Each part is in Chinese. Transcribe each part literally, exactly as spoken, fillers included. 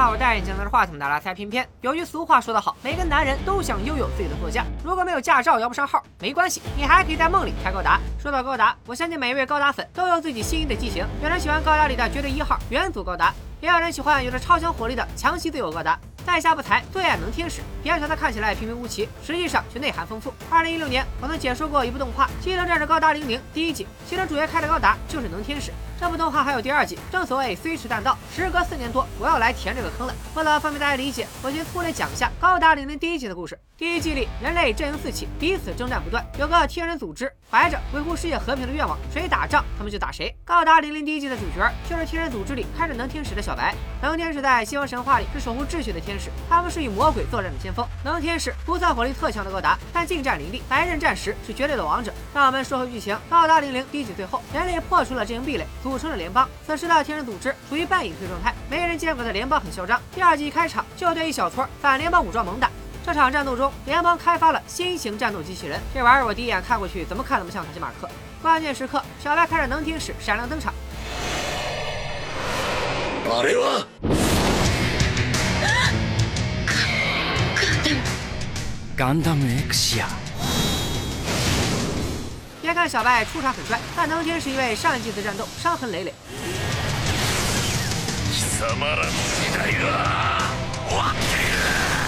好，我戴眼镜拿着话筒的拉塞偏偏。有句俗话说得好，每个男人都想拥有自己的座驾。如果没有驾照摇不上号，没关系，你还可以在梦里开高达。说到高达，我相信每一位高达粉都有自己心仪的机型。有人喜欢高达里的绝对一号元祖高达，也有人喜欢有着超强火力的强袭队友高达。在下不才，最爱能天使。别瞧它看起来平平无奇，实际上却内涵丰富。二零一六年，我曾解说过一部动画《机动战士高达零零》第一季，其中主角开的高达就是能天使。这部动画还有第二季，正所谓虽迟但到，时隔四年多，我要来填这个坑了。为了方便大家理解，我先粗略讲一下高达零零第一季的故事。第一季里，人类阵营四起，彼此征战不断。有个天人组织怀着维护世界和平的愿望，谁打仗他们就打谁。高达零零第一季的主角就是天人组织里开着能天使的小白。能天使在西方神话里是守护秩序的天使，他们是与魔鬼作战的先锋。能天使不算火力特强的高达，但近战凌厉，白刃战时是绝对的王者。让我们说回剧情，高达零零第一季最后，人类破除了阵营壁垒，组成了联邦。此时的天人组织处于半隐退状态，没人监管的联邦很嚣张。第二季一开场就对一小撮反联邦武装猛打。这场战斗中，联邦开发了新型战斗机器人，这玩意儿我第一眼看过去，怎么看怎么像塔吉马克。关键时刻，小白开着能天使闪亮登场。 ガンダム X や。 别看小白出场很帅，但能天使因为上一季的战斗伤痕累累。 貴様らの時代は終わってい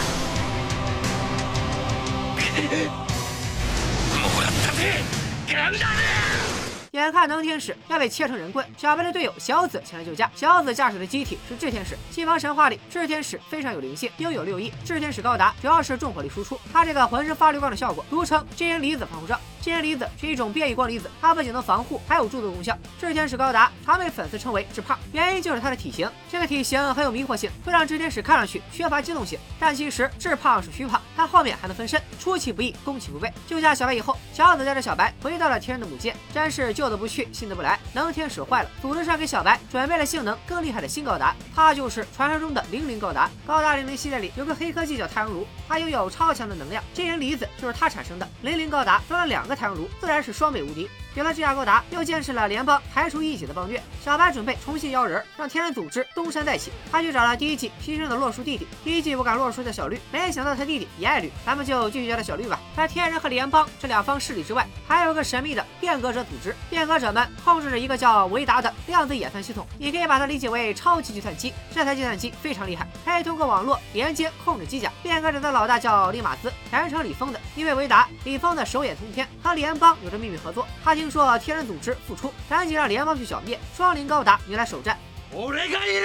る。もらったぜガンダム。 眼看能天使要被切成人棍，小白的队友小紫前来救驾。小紫驾驶的机体是炽天使，西方神话里炽天使非常有灵性，拥有六翼。炽天使高达主要是重火力输出，它这个浑身发绿光的效果俗称基因离子防护罩。基因离子是一种变异光离子，它不仅能防护，还有助动功效。炽天使高达常被粉丝称为致胖，原因就是它的体型。这个体型很有迷惑性，会让炽天使看上去缺乏机动性，但其实致胖是虚胖，它后面还能分身，出其不意，攻其不备。救下小白以后，小紫带着小白回到了天人的母舰，真是旧的不去，新的不来。能天使坏了，组织上给小白准备了性能更厉害的新高达，它就是传说中的零零高达。高达零零系列里有个黑科技叫太阳炉，它拥有超强的能量，基因离子就是它产生的。零零高达装了两个太阳炉，自然是双倍无敌。有了这架高达，又见识了联邦排除异己的暴虐。小白准备重新邀人，让天人组织东山再起。他去找了第一季牺牲的洛书弟弟。第一季我赶洛书叫小绿，没想到他弟弟也爱绿，咱们就继续叫他小绿吧。在天人和联邦这两方势力之外，还有个神秘的变革者组织。变革者们控制着一个叫维达的量子演算系统，你可以把它理解为超级计算机。这台计算机非常厉害，可以通过网络连接控制机甲。变革者的老大叫利马斯，全称李峰的，因为维达李峰的手眼通天，和联邦有着秘密合作。他听说天人组织复出，赶紧让联邦去剿灭。双灵高达原来首战。 俺がいる。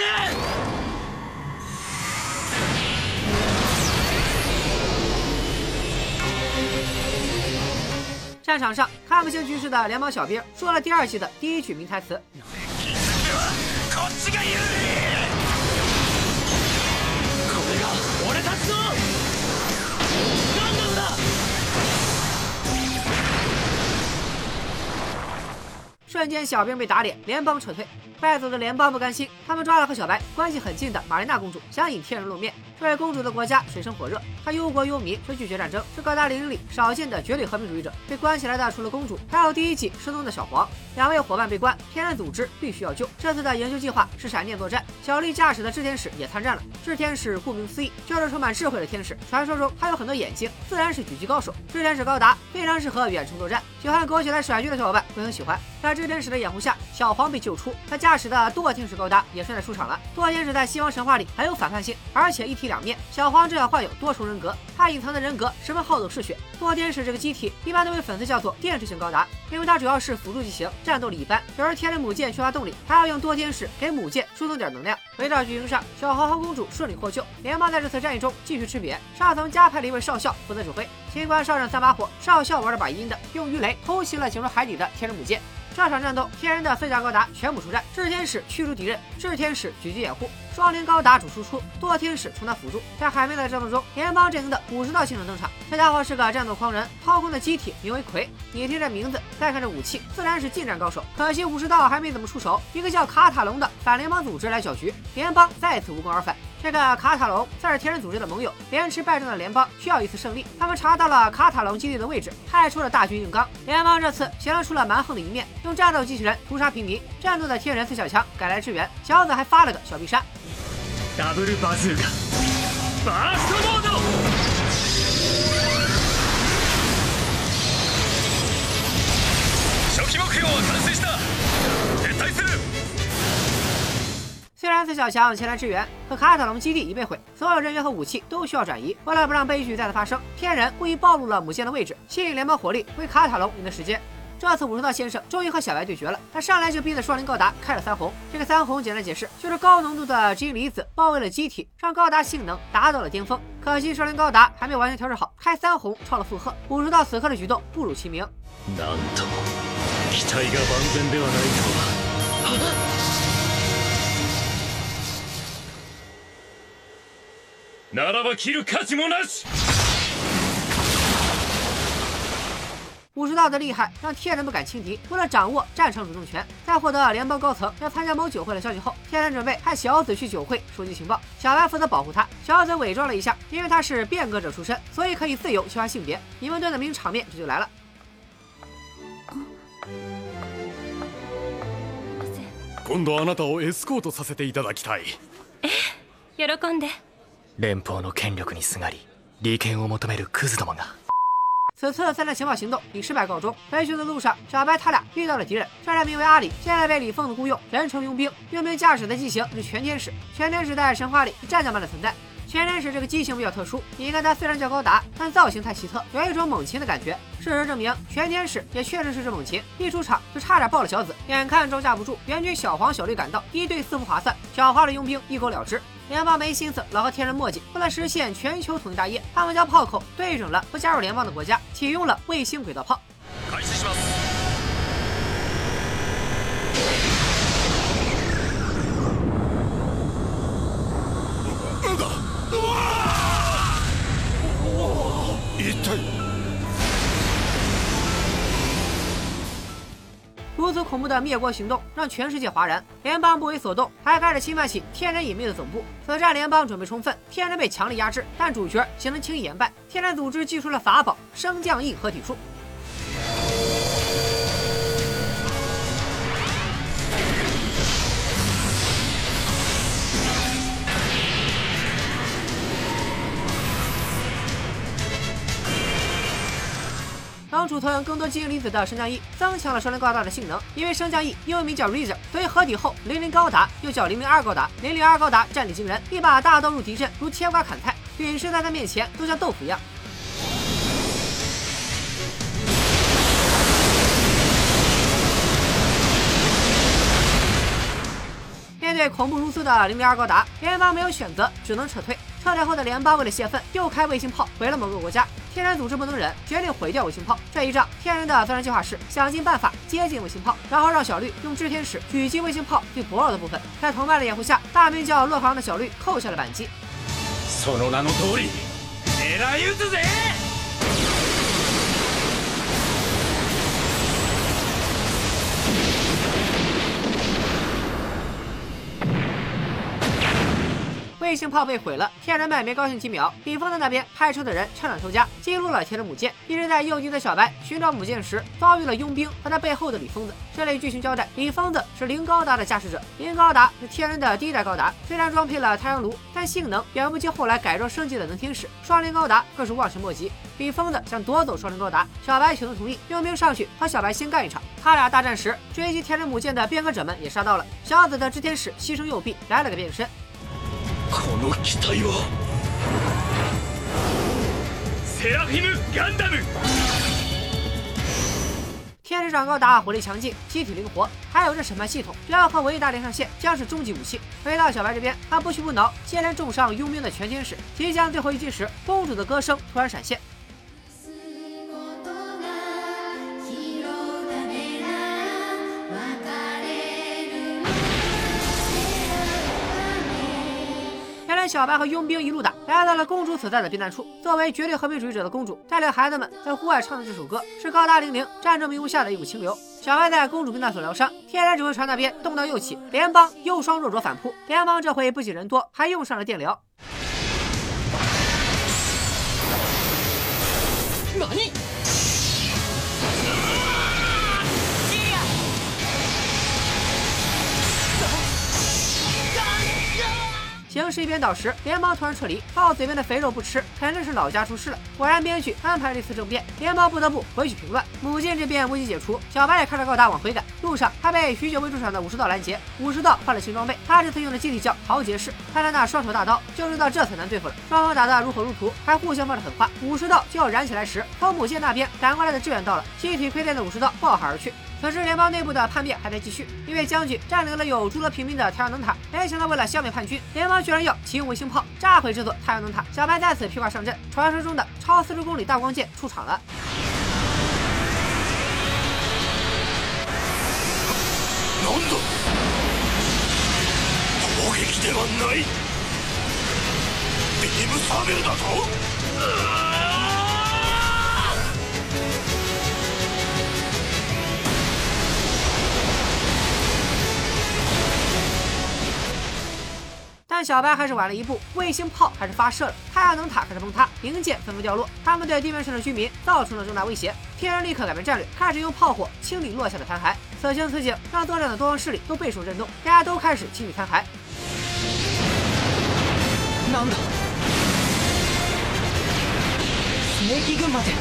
战场上看不清局势的联邦小兵说了第二季的第一句名台词： こっちが有利。これが俺たちのガンダムだ。 瞬间小兵被打脸，联邦撤退。败走的联邦不甘心，他们抓了和小白关系很近的玛丽娜公主，想引天人露面。这位公主的国家水深火热，她忧国忧民，却拒绝战争，是高达零零里少见的绝对和平主义者。被关起来的除了公主，还有第一季失踪的小黄。两位伙伴被关，天人组织必须要救。这次的营救计划是闪电作战，小绿驾驶的炽天使也参战了。炽天使顾名思义就是充满智慧的天使，传说中他有很多眼睛，自然是狙击高手。炽天使高达非常适合远程作战，喜欢狗血来甩狙的小伙伴会很喜欢。在炽天使的掩护下，小黄被救出，他驾驶的堕天使高达也顺利出场了。堕天使在西方神话里很有反叛性，而且一体两面。小黄这样患有多重人格，他隐藏的人格十分好斗嗜血。堕天使这个机体一般都被粉丝叫做电池型高达，因为它主要是辅助机型，战斗力一般。有时天人母舰缺乏动力，还要用堕天使给母舰输送点能量。回到剧情上，小黄和公主顺利获救，联邦在这次战役中继续吃瘪。上层加派了一位少校负责指挥，尽管少人三把火，少校玩的把阴的，用鱼雷偷袭了潜入海底的天人母舰。这场战斗，天人的四架高达全部出战，炽天使驱逐敌人，炽天使狙击掩护，双灵高达主输出，堕天使充当辅助。在海面的战斗中，联邦阵营的武士道星人登场，这家伙是个战斗狂人，掏空的机体名为魁。你听这名字，再看这武器，自然是近战高手。可惜武士道还没怎么出手，一个叫卡塔隆的反联邦组织来搅局，联邦再次无功而返。这个卡塔隆算是天人组织的盟友，连吃败仗的联邦需要一次胜利。他们查到了卡塔隆基地的位置，派出了大军硬刚。联邦这次显露出了蛮横的一面，用战斗机器人屠杀平民。战斗的天人四小强赶来支援，小紫还发了个小必杀。 ダブルバズーカバーストモード。初期目標は完成した。撤退する。 虽然四小强前来支援，可卡塔隆基地已被毁，所有人员和武器都需要转移。为了不让悲剧再次发生，天人故意暴露了母舰的位置，吸引联邦火力为卡塔隆赢得时间。这次武士道先生终于和小白对决了，他上来就逼着双灵高达开了三红。这个三红简单解释就是高浓度的基因离子包围了机体，让高达性能达到了巅峰。可惜双灵高达还没完全调整好，开三红超了负荷。武士道此刻的举动不如其名。 なんと期待が万全ではないとは。ならば切る価値もなし。 武士道的厉害让天人不敢轻敌。为了掌握战场主动权，在获得联邦高层要参加某酒会的消息后，天人准备派小紫去酒会收集情报，小白负责保护他。小紫伪装了一下，因为他是变革者出身，所以可以自由切换性别。疑问顿的名场面这就来了。 今度あなたをエスコートさせていただきたい。 え、喜んで。 連邦の権力にすがり利権を求めるクズどもが。 此次三战情报行动以失败告终。回去的路上，小白他俩遇到了敌人，这人名为阿里，现在被李疯子雇佣，人称佣兵。佣兵驾驶的机型是全天使，全天使在神话里是战将般的存在。全天使这个机型比较特殊，你看它虽然叫高达，但造型太奇特，有一种猛禽的感觉。事实证明，全天使也确实是只猛禽，一出场就差点爆了小紫。眼看招架不住，援军小黄、小绿赶到，一对四不划算，小黄的佣兵一狗了之。联邦没心思老和天人磨叽，为了实现全球统一大业，他们将炮口对准了不加入联邦的国家，启用了卫星轨道炮。 開始します。 なんだ。一体。 如此恐怖的灭国行动让全世界哗然，联邦不为所动，还开始侵犯起天人隐秘的总部。此战联邦准备充分，天人被强力压制，但主角岂能轻易言败？天人组织祭出了法宝升降硬合体术。能储存更多基因离子的升降翼增强了双灵高达的性能，因为升降翼英文名叫 Razor， 所以合体后零零高达又叫零零二高达。零零二高达战力惊人，一把大刀入敌阵如切瓜砍菜，陨石在他面前都像豆腐一样。面对恐怖如斯的零零二高达，联邦没有选择，只能撤退。撤退后的联邦为了泄愤，又开卫星炮毁了某个国家。天人组织不能忍，决定毁掉卫星炮。这一仗，天人的作战计划是想尽办法接近卫星炮，然后让小绿用炽天使狙击卫星炮最薄弱的部分。在同伴的掩护下，大名叫洛克昂的小绿扣下了扳机。 その名の通り、狙い撃つぜ！ 卫星炮被毁了，天人们没高兴几秒。李疯子那边派出的人趁乱收家，击落了天人母舰。一直在右翼的小白寻找母舰时，遭遇了佣兵和他背后的李疯子。这里剧情交代，李疯子是零高达的驾驶者，零高达是天人的第一代高达，虽然装配了太阳炉，但性能远不及后来改装升级的能天使。双灵高达更是望尘莫及。李疯子想夺走双灵高达，小白却能同意，佣兵上去和小白先干一场。他俩大战时，追击天人母舰的变革者们也杀到了。小紫的炽天使牺牲右臂，来了个变身。 この機体はセラフィムガンダム。 天使长高达火力强劲，机体灵活，还有这审判系统，只要和维大连上线，将是终极武器。回到小白这边，他不屈不挠，接连重伤佣兵的全天使。即将最后一击时，公主的歌声突然闪现。小白和佣兵一路打，来到了公主所在的避难处。作为绝对和平主义者的公主，带领孩子们在户外唱的这首歌，是高达零零战争迷雾下的一股清流。小白在公主避难所疗伤，天然指挥船那边动荡又起，联邦又双弱卓反扑。联邦这回不仅人多，还用上了电疗。 何？ 形势一边倒时，联邦突然撤离，靠嘴边的肥肉不吃，肯定是老家出事了。果然，编剧安排了一次政变，联邦不得不回去平乱。母舰这边危机解除，小白也开着高达往回赶。路上，他被许久未出场的武士道拦截。武士道换了新装备，他这次用的机体叫豪杰式，看他那双手大刀，就知道这才难对付了。双方打得如火如荼，还互相放着狠话。武士道就要燃起来时，从母舰那边赶过来的支援到了，机体亏电的武士道爆海而去。此时，联邦内部的叛变还在继续，因为将军占领了有诸多平民的太阳能塔。没想到，为了消灭叛军，联邦居然要启用卫星炮炸毁这座太阳能塔。小白在此披挂上阵，传说中的超四十公里大光剑出场了。 なんだ攻撃ではないビームサーベルだと但小白还是晚了一步，卫星炮还是发射了，太阳能塔开始崩塌，零件纷纷掉落，他们对地面上的居民造成了重大威胁。天人立刻改变战略，开始用炮火清理落下的残骸。此情此景让作战的多方势力都备受震动，大家都开始清理残骸。 なんだ正規軍まで。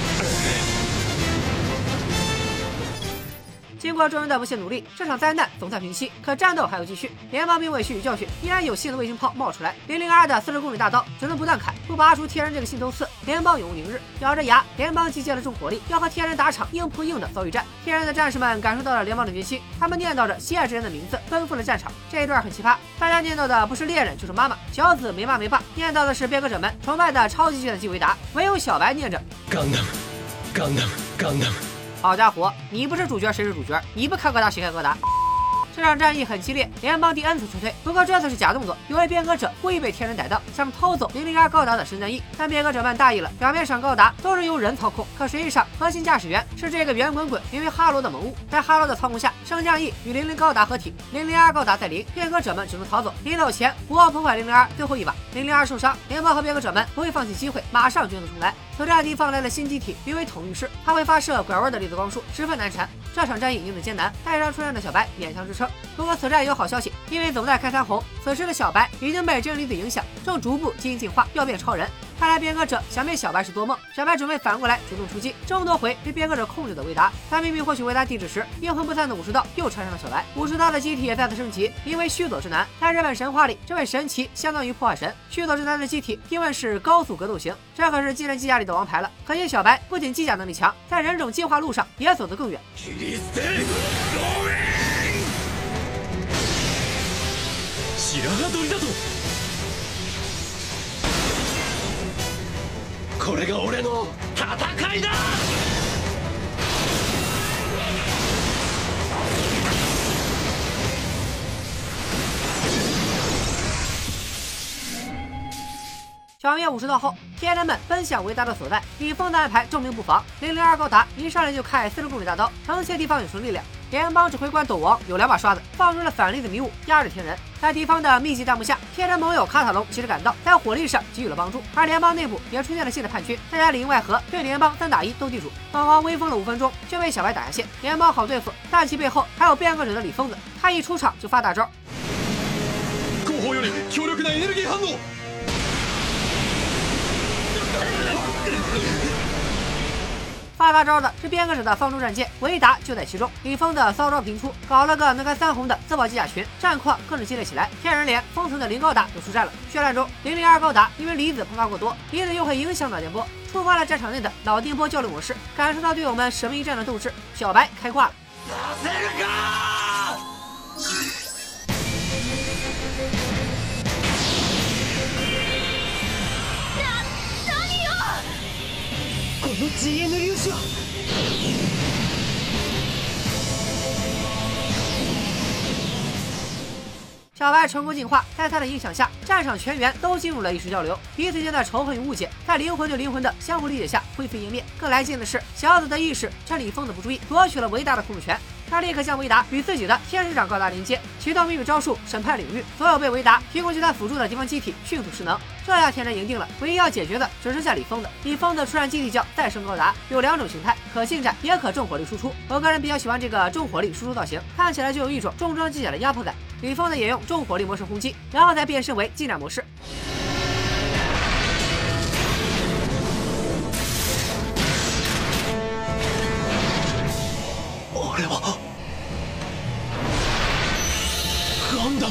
经过众人的不懈努力，这场灾难总算平息。可战斗还要继续，联邦兵卫吸取教训，依然有新的卫星炮冒出来。零零二的四十公里大刀只能不断砍，不拔出天人这个心头刺，联邦永无宁日。咬着牙，联邦集结了重火力，要和天人打场硬碰硬的遭遇战。天人的战士们感受到了联邦的决心，他们念叨着心爱之人的名字，奔赴了战场。这一段很奇葩，大家念叨的不是猎人就是妈妈，小紫没妈没爸，念叨的是编歌者们崇拜的超级计算机维达，唯有小白念着ガンダムガンダムガンダム。 好家伙，你不是主角谁是主角？你不开高达谁开高达？这场战役很激烈，联邦第 N 次撤退，不过这次是假动作，有位编歌者故意被天人逮到，想偷走零零二高达的神战翼，但编歌者们大意了，表面上高达都是由人操控，可实际上核心驾驶员是这个圆滚滚名为哈罗的萌物，在哈罗的操控下，升降翼与零零高达合体，零零二高达在零，编歌者们只能逃走，临走前国王破坏零零二最后一把，零零二受伤，联邦和编歌者们不会放弃机会，马上卷土重来。此战敌放来了新机体，名为统御师，它会发射拐弯的粒子光束，十分难缠。这场战役赢得艰难，带伤出战的小白勉强支撑。不过此战有好消息，因为总在开三红，此时的小白已经被真离子影响，正逐步基因进化，要变超人。看来编歌者想灭小白是多梦，小白准备反过来主动出击。这么多回被编歌者控制的维达，在秘密获取维达地址时，阴魂不散的武士道又缠上了小白。武士道的机体也再次升级，名为须佐之男。在日本神话里，这位神奇相当于破坏神。须佐之男的机体定位是高速格斗型，这可是技能机甲里的王牌了。可惜小白不仅机甲能力强，在人种进化路上也走得更远。 白羽鳥だと。これが俺の戦いだ。 消灭武士道后，天人们奔向维达的所在。李峰的安排重兵布防，零零二高达一上来就开四十公里大刀，承切敌方有生力量。联邦指挥官斗王有两把刷子，放出了反粒子迷雾压着天人。在敌方的密集弹幕下，天人盟友卡塔隆及时赶到，在火力上给予了帮助。而联邦内部也出现了新的叛军，大家里应外合，对联邦三打一斗地主。斗王威风了五分钟，就被小白打下线。联邦好对付，但其背后还有变革者的李疯子，他一出场就发大招。 後方より強力なエネルギー反応。 发大招的是编歌者的方舟战舰，维达就在其中。李峰的骚招频出，搞了个能开三红的自爆机甲群，战况更是激烈起来。天人连封存的零高达都出战了。血战中，零零二高达因为离子喷发过多，离子又会影响脑电波，触发了战场内的脑电波交流模式。感受到队友们舍命一战的斗志，小白开挂了。 この ジーエヌ 粒子は。 小白成功进化，在他的影响下，战场全员都进入了意识交流，彼此间的仇恨与误解，在灵魂对灵魂的相互理解下灰飞烟灭。更来劲的是，小紫的意识趁李峰的不注意，夺取了维达的控制权。他立刻将维达与自己的天使长高达连接，启动秘密招数审判领域，所有被维达提供其他辅助的敌方机体迅速失能。这下天人赢定了，唯一要解决的只剩下李峰的。李峰的出战机体叫再生高达，有两种形态，可近战也可重火力输出。我个人比较喜欢这个重火力输出造型，看起来就有一种重装机甲的压迫感。 李峰呢也用重火力模式轰击，然后再变身为近战模式。 あれはガンダム。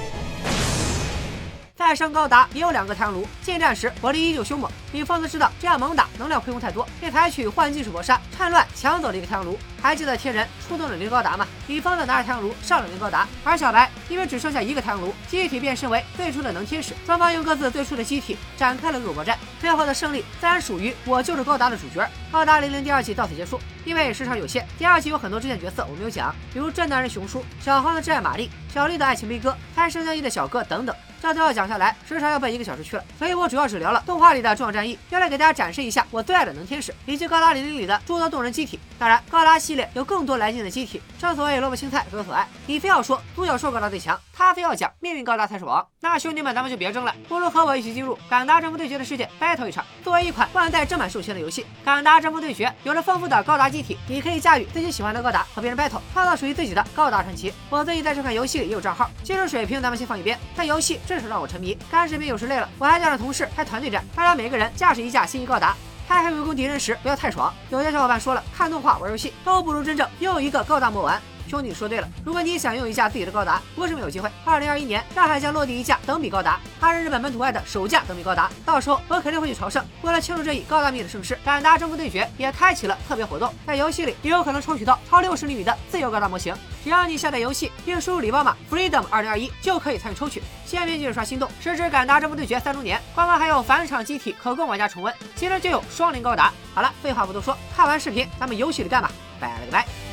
再生高达也有两个太阳炉，近战时火力依旧凶猛。李疯子知道这样猛打能量亏空太多，便采取换金属搏杀，趁乱抢走了一个太阳炉。还记得天人出动了零高达吗？李疯子拿着太阳炉上了零高达，而小白因为只剩下一个太阳炉，机体变身为最初的能天使。双方用各自最初的机体展开了肉搏战，最后的胜利自然属于我就是高达的主角。高达零零第二季到此结束，因为时长有限，第二季有很多支线角色我没有讲，比如真男人熊叔、小黄的挚爱玛丽、小丽的爱情悲歌、贪生将义的小哥等等。这都要讲下来，时长要奔一个小时去了，所以我主要只聊了动画里的重要战役，要来给大家展示一下我最爱的能天使，以及高达零零里的诸多动人机体。当然，高达系列有更多来劲的机体，正所谓萝卜青菜各有所爱。你非要说独角兽高达最强，他非要讲命运高达才是王，那兄弟们咱们就别争了，不如和我一起进入敢达征服对决的世界 battle 一场。作为一款万代正版授权的游戏，敢达征服对决有着丰富的高达机体，你可以驾驭自己喜欢的高达和别人 battle， 创造属于自己的高达传奇。我自己在这款游戏里也有账号，技术水平咱们先放一边，但游戏真是让我沉迷。干视频有时累了，我还叫上同事开团队战，大家每个人驾驶一架新一高达。开黑围攻敌人时不要太爽，有些小伙伴说了，看动画玩游戏都不如真正拥有一个高达魔丸。兄弟，你说对了，如果你想用一架自己的高达，不是没有机会。二零二一年，上海将落地一架等比高达，它是日本本土外的首架等比高达，到时候我肯定会去朝圣。为了庆祝这一高达迷的盛世，敢达征服对决也开启了特别活动，在游戏里也有可能抽取到超六十厘米的自由高达模型，只要你下载游戏并输入礼包码 Freedom 二零二一，就可以参与抽取。下面继续刷心动，时值敢达征服对决三周年，官方还有返场机体可供玩家重温，其中就有双零高达。好了，废话不多说，看完视频咱们游戏里干吧，拜了个拜。